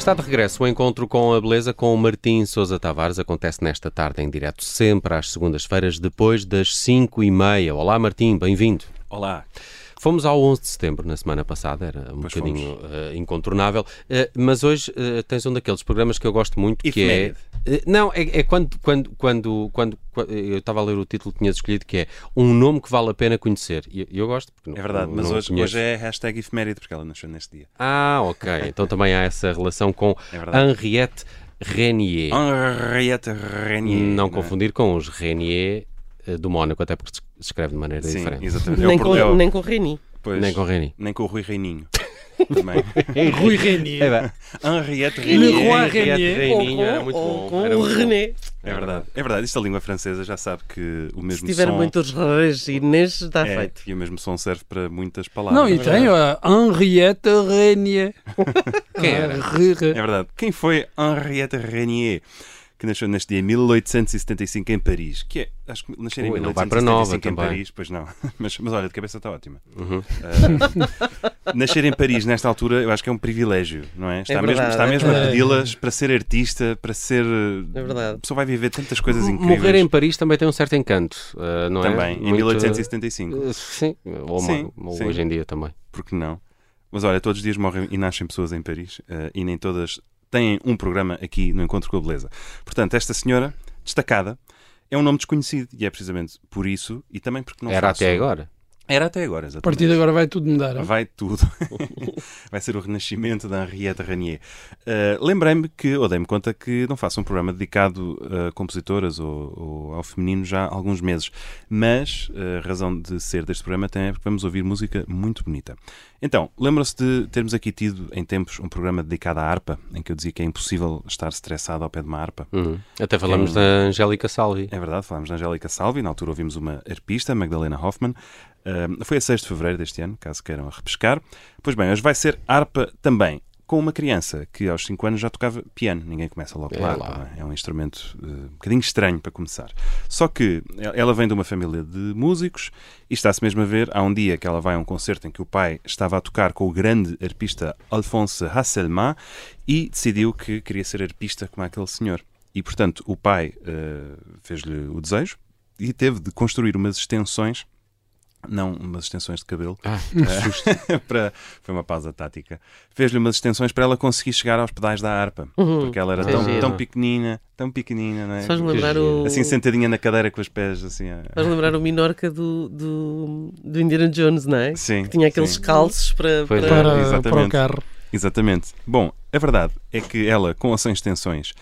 Está de regresso o encontro com a beleza com o Martim Sousa Tavares. Acontece nesta tarde em direto, sempre às segundas-feiras, depois das 5h30. Olá Martim, bem-vindo. Olá. Fomos ao 11 de setembro, na semana passada, era um bocadinho incontornável, mas hoje tens um daqueles programas que eu gosto muito, que é... Não, é quando eu estava a ler o título que tinhas escolhido, que é um nome que vale a pena conhecer. E eu gosto. Porque é verdade, mas hoje é hashtag efeméride, porque ela nasceu neste dia. Ah, ok. Então também há essa relação com Henriette Renier. Henriette Renier. Não confundir com os Renier do Mónaco, até porque se escreve de maneira diferente. Exatamente. Nem com Reni. Pois, nem com Reni. Nem com o Rui Reininho. Também. Rui Renier. Henriette Renier. Le Roi Renier. Era muito bom. Com o René. É verdade. É verdade. Isto a língua francesa já sabe que o mesmo som... Se tiver muitos R's e Inês, está feito. E o mesmo som serve para muitas palavras. Não, e tem Henriette Renier. Quem era? É verdade. Quem foi Henriette Renier? Que nasceu neste dia 1875 em Paris, que é, acho que nascer em 1875 em Paris, pois não, mas olha, de cabeça está ótima. Nascer em Paris nesta altura eu acho que é um privilégio, não é? Está mesmo a pedi-las para ser artista, para ser... É verdade. A pessoa vai viver tantas coisas incríveis. Morrer em Paris também tem um certo encanto, não é? Também, em 1875. Sim, hoje em dia também. Porque não? Mas olha, todos os dias morrem e nascem pessoas em Paris e nem todas... têm um programa aqui no Encontro com a Beleza. Portanto, esta senhora, destacada, é um nome desconhecido e é precisamente por isso e também porque não Era até agora. Era até agora, exatamente. A partir de agora vai tudo mudar. Vai tudo. Vai ser o renascimento da Henriette Renier. Lembrei-me ou dei-me conta que não faço um programa dedicado a compositoras ou ao feminino já há alguns meses. Mas a razão de ser deste programa é porque vamos ouvir música muito bonita. Então, lembram-se de termos aqui tido em tempos um programa dedicado à harpa, em que eu dizia que é impossível estar estressado ao pé de uma harpa. Até falamos da Angélica Salvi. É verdade, falámos da Angélica Salvi. Na altura ouvimos uma arpista, Magdalena Hoffmann. Foi a 6 de fevereiro deste ano, caso queiram repescar. Pois bem, hoje vai ser harpa também, com uma criança que aos 5 anos já tocava piano. Ninguém começa logo com harpa. É um instrumento um bocadinho estranho para começar. Só que ela vem de uma família de músicos e está-se mesmo a ver. Há um dia que ela vai a um concerto em que o pai estava a tocar com o grande arpista Alphonse Hasselmann e decidiu que queria ser arpista como aquele senhor. E, portanto, o pai fez-lhe o desejo e teve de construir umas extensões. Não, umas extensões de cabelo. Foi uma pausa tática. Fez-lhe umas extensões para ela conseguir chegar aos pedais da harpa. Porque ela era tão pequenina, não é? Faz-me lembrar assim, sentadinha na cadeira com os pés assim. Faz lembrar o Minorca do Indiana Jones, não é? Sim. Que tinha aqueles calços para o carro. Exatamente. Bom, a verdade é que ela, com ou sem extensões,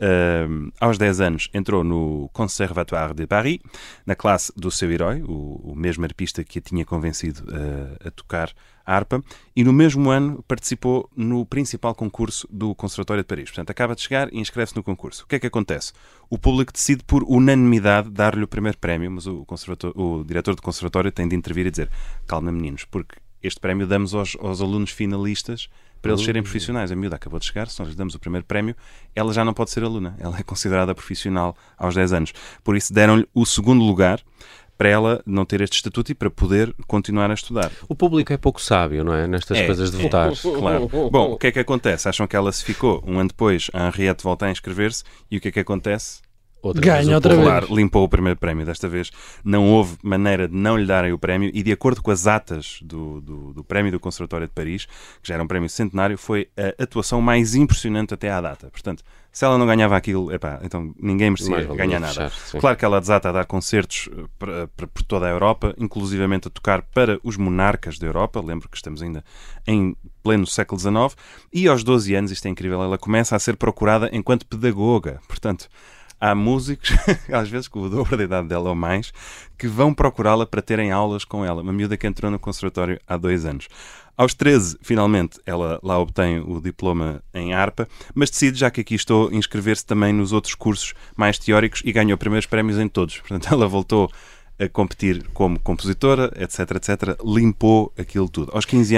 aos 10 anos entrou no Conservatoire de Paris, na classe do seu herói, o mesmo arpista que a tinha convencido a tocar a harpa, e no mesmo ano participou no principal concurso do Conservatório de Paris. Portanto, acaba de chegar e inscreve-se no concurso. O que é que acontece? O público decide por unanimidade dar-lhe o primeiro prémio, mas o diretor do conservatório tem de intervir e dizer: calma meninos, porque este prémio damos aos alunos finalistas para eles serem profissionais. A miúda acabou de chegar, se nós lhe damos o primeiro prémio, ela já não pode ser aluna. Ela é considerada profissional aos 10 anos. Por isso deram-lhe o segundo lugar para ela não ter este estatuto e para poder continuar a estudar. O público é pouco sábio, não é? Nestas coisas de votar. Claro. Bom, o que é que acontece? Acham que ela se ficou? Um ano depois, a Henriette volta a inscrever-se e o que é que acontece? Ganha outra vez. Limpou o primeiro prémio. Desta vez não houve maneira de não lhe darem o prémio e, de acordo com as atas do prémio do Conservatório de Paris, que já era um prémio centenário, foi a atuação mais impressionante até à data. Portanto, se ela não ganhava aquilo, então ninguém merecia ganhar nada. Claro que ela desata a dar concertos por toda a Europa, inclusivamente a tocar para os monarcas da Europa. Lembro que estamos ainda em pleno século XIX. E aos 12 anos, isto é incrível, ela começa a ser procurada enquanto pedagoga. Portanto, há músicos, às vezes com o dobro da idade dela ou mais, que vão procurá-la para terem aulas com ela. Uma miúda que entrou no conservatório há 2 anos. Aos 13, finalmente, ela lá obtém o diploma em harpa, mas decide, já que aqui estou, inscrever-se também nos outros cursos mais teóricos e ganhou primeiros prémios em todos. Portanto, ela voltou a competir como compositora, etc, etc. Limpou aquilo tudo. Aos 15 anos,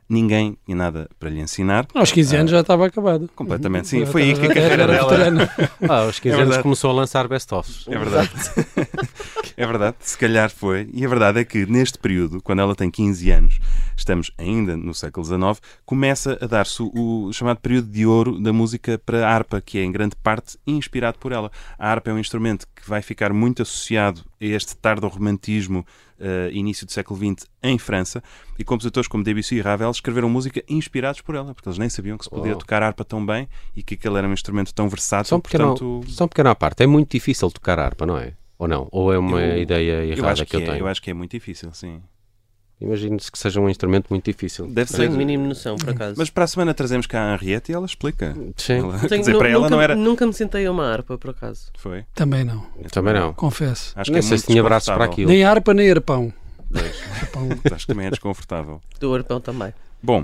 ninguém tinha nada para lhe ensinar. Aos 15 anos já estava acabado. Completamente, sim. Foi aí que a carreira dela... Aos 15 anos começou a lançar best-ofs. É verdade. É verdade, se calhar foi. E a verdade é que neste período, quando ela tem 15 anos, estamos ainda no século XIX, começa a dar-se o chamado período de ouro da música para a harpa, que é em grande parte inspirado por ela. A harpa é um instrumento que vai ficar muito associado a este tardo-romantismo início do século XX em França, e compositores como Debussy e Ravel escreveram música inspirados por ela, porque eles nem sabiam que se podia tocar harpa tão bem e que aquele era um instrumento tão versátil. Só um pequeno à parte, é muito difícil tocar harpa, não é? Ou não? Ou é uma ideia errada que eu tenho? Eu acho que é muito difícil, sim. Imagino-se que seja um instrumento muito difícil. Deve ser. Tenho mínimo noção, por acaso. Mas para a semana trazemos cá a Henriette e ela explica. Sim. Quer dizer, para ela não era... Nunca me sentei a uma harpa, por acaso. Foi? Também não. Também não. Confesso. Acho Nem que é sei se tinha braços para aquilo. Nem harpa, nem arpão. Acho que também é desconfortável. Do arpão também. Bom,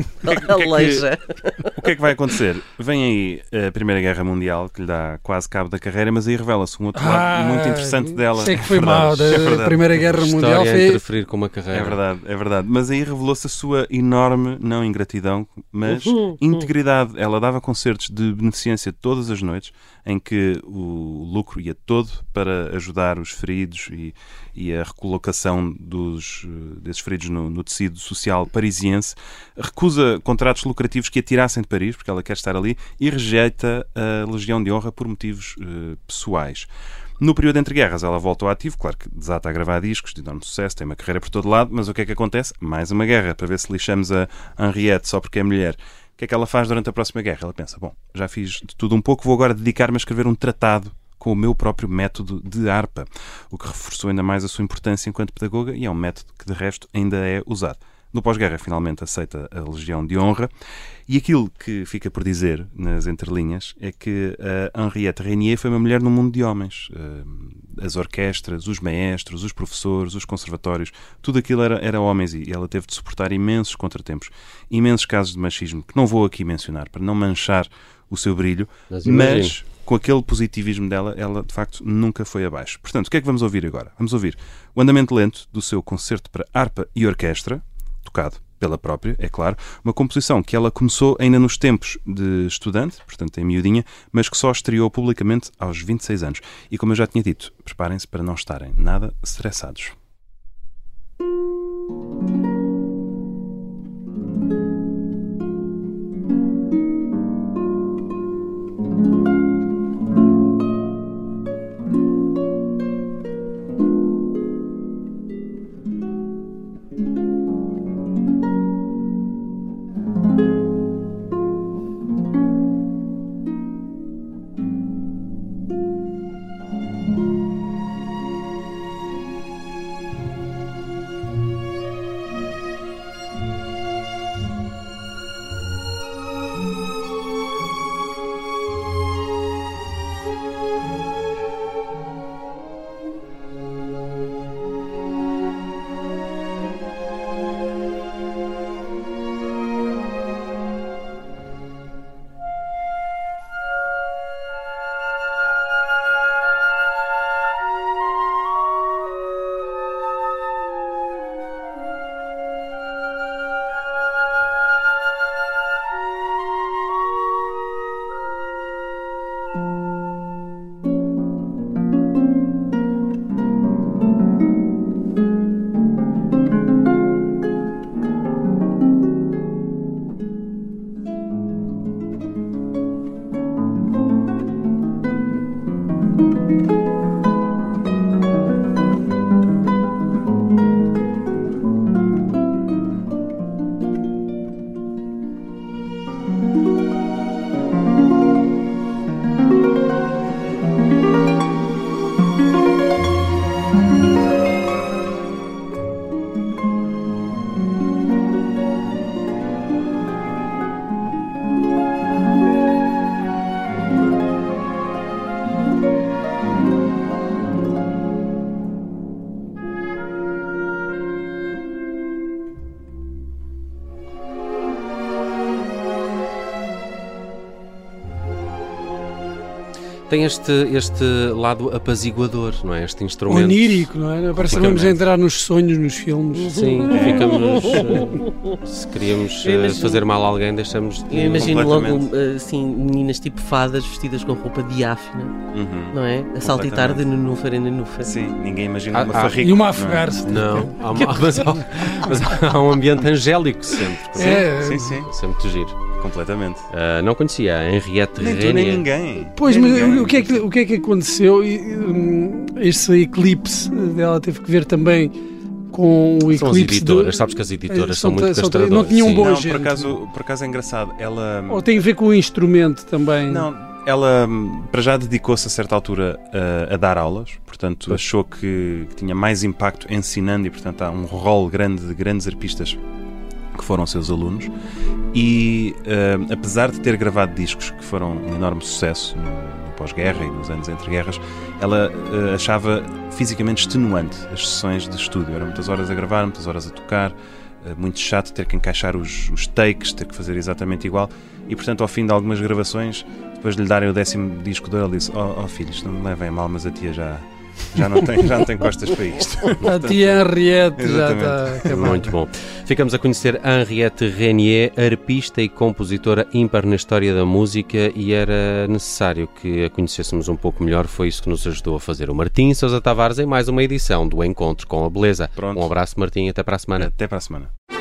o que é que vai acontecer? Vem aí a Primeira Guerra Mundial, que lhe dá quase cabo da carreira, mas aí revela-se um outro lado muito interessante dela. Sei que foi mal da Primeira Guerra Mundial. Foi interferir com uma carreira. É verdade. Mas aí revelou-se a sua enorme, não ingratidão, mas integridade. Ela dava concertos de beneficência todas as noites, em que o lucro ia todo para ajudar os feridos e a recolocação desses feridos no tecido social parisiense. Recusa contratos lucrativos que a tirassem de Paris, porque ela quer estar ali, e rejeita a Legião de Honra por motivos pessoais. No período entre guerras, ela volta ao ativo, claro que desata a gravar discos de enorme sucesso, tem uma carreira por todo lado, mas o que é que acontece? Mais uma guerra, para ver se lixamos a Henriette só porque é mulher. O que é que ela faz durante a próxima guerra? Ela pensa, bom, já fiz de tudo um pouco, vou agora dedicar-me a escrever um tratado com o meu próprio método de harpa, o que reforçou ainda mais a sua importância enquanto pedagoga, e é um método que, de resto, ainda é usado. No pós-guerra, finalmente aceita a Legião de Honra, e aquilo que fica por dizer nas entrelinhas é que a Henriette Régnier foi uma mulher num mundo de homens. As orquestras, os maestros, os professores, os conservatórios, tudo aquilo era homens, e ela teve de suportar imensos contratempos, imensos casos de machismo, que não vou aqui mencionar para não manchar o seu brilho, mas com aquele positivismo dela, ela de facto nunca foi abaixo. Portanto, o que é que vamos ouvir agora? Vamos ouvir o andamento lento do seu concerto para harpa e orquestra, tocado pela própria, é claro, uma composição que ela começou ainda nos tempos de estudante, portanto em miudinha, mas que só estreou publicamente aos 26 anos. E como eu já tinha dito, preparem-se para não estarem nada estressados. Tem este lado apaziguador, não é? Este instrumento onírico, não é? Parece que vamos entrar nos sonhos, nos filmes. Sim, ficamos... se queríamos fazer mal a alguém, deixamos de... Eu imagino logo, assim, meninas tipo fadas vestidas com roupa diáfana, não é? A saltitar de nenúfar em nenúfar. Sim, ninguém imagina uma farrica. E uma a afogar-se. Não, mas há um ambiente angélico sempre. Sim. Sempre muito giro. Completamente. Não conhecia a Henriette Nem Renier. tu, nem ninguém. Pois, mas o que é que aconteceu? Este eclipse dela teve que ver também com o eclipse. São as editoras, sabes que as editoras são muito castradoras. Não tinham boa gente. Por acaso é engraçado. Ela... Ou tem a ver com o instrumento também? Não, ela para já dedicou-se a certa altura a dar aulas, portanto achou que tinha mais impacto ensinando e portanto há um rol grande de grandes arpistas que foram seus alunos e apesar de ter gravado discos que foram um enorme sucesso no pós-guerra e nos anos entre guerras, ela achava fisicamente extenuante as sessões de estúdio. Eram muitas horas a gravar, muitas horas a tocar, muito chato ter que encaixar os takes, ter que fazer exatamente igual e portanto ao fim de algumas gravações, depois de lhe darem o 10º disco dele, ela disse: oh filhos, não me levem a mal, mas a tia já não tem costas para isto. A tia Henriette já está. Muito bom. Ficamos a conhecer Henriette Renier, arpista e compositora ímpar na história da música, e era necessário que a conhecêssemos um pouco melhor. Foi isso que nos ajudou a fazer o Martim Sousa Tavares em mais uma edição do Encontro com a Beleza. Pronto. Um abraço, Martim, e até para a semana. Até para a semana.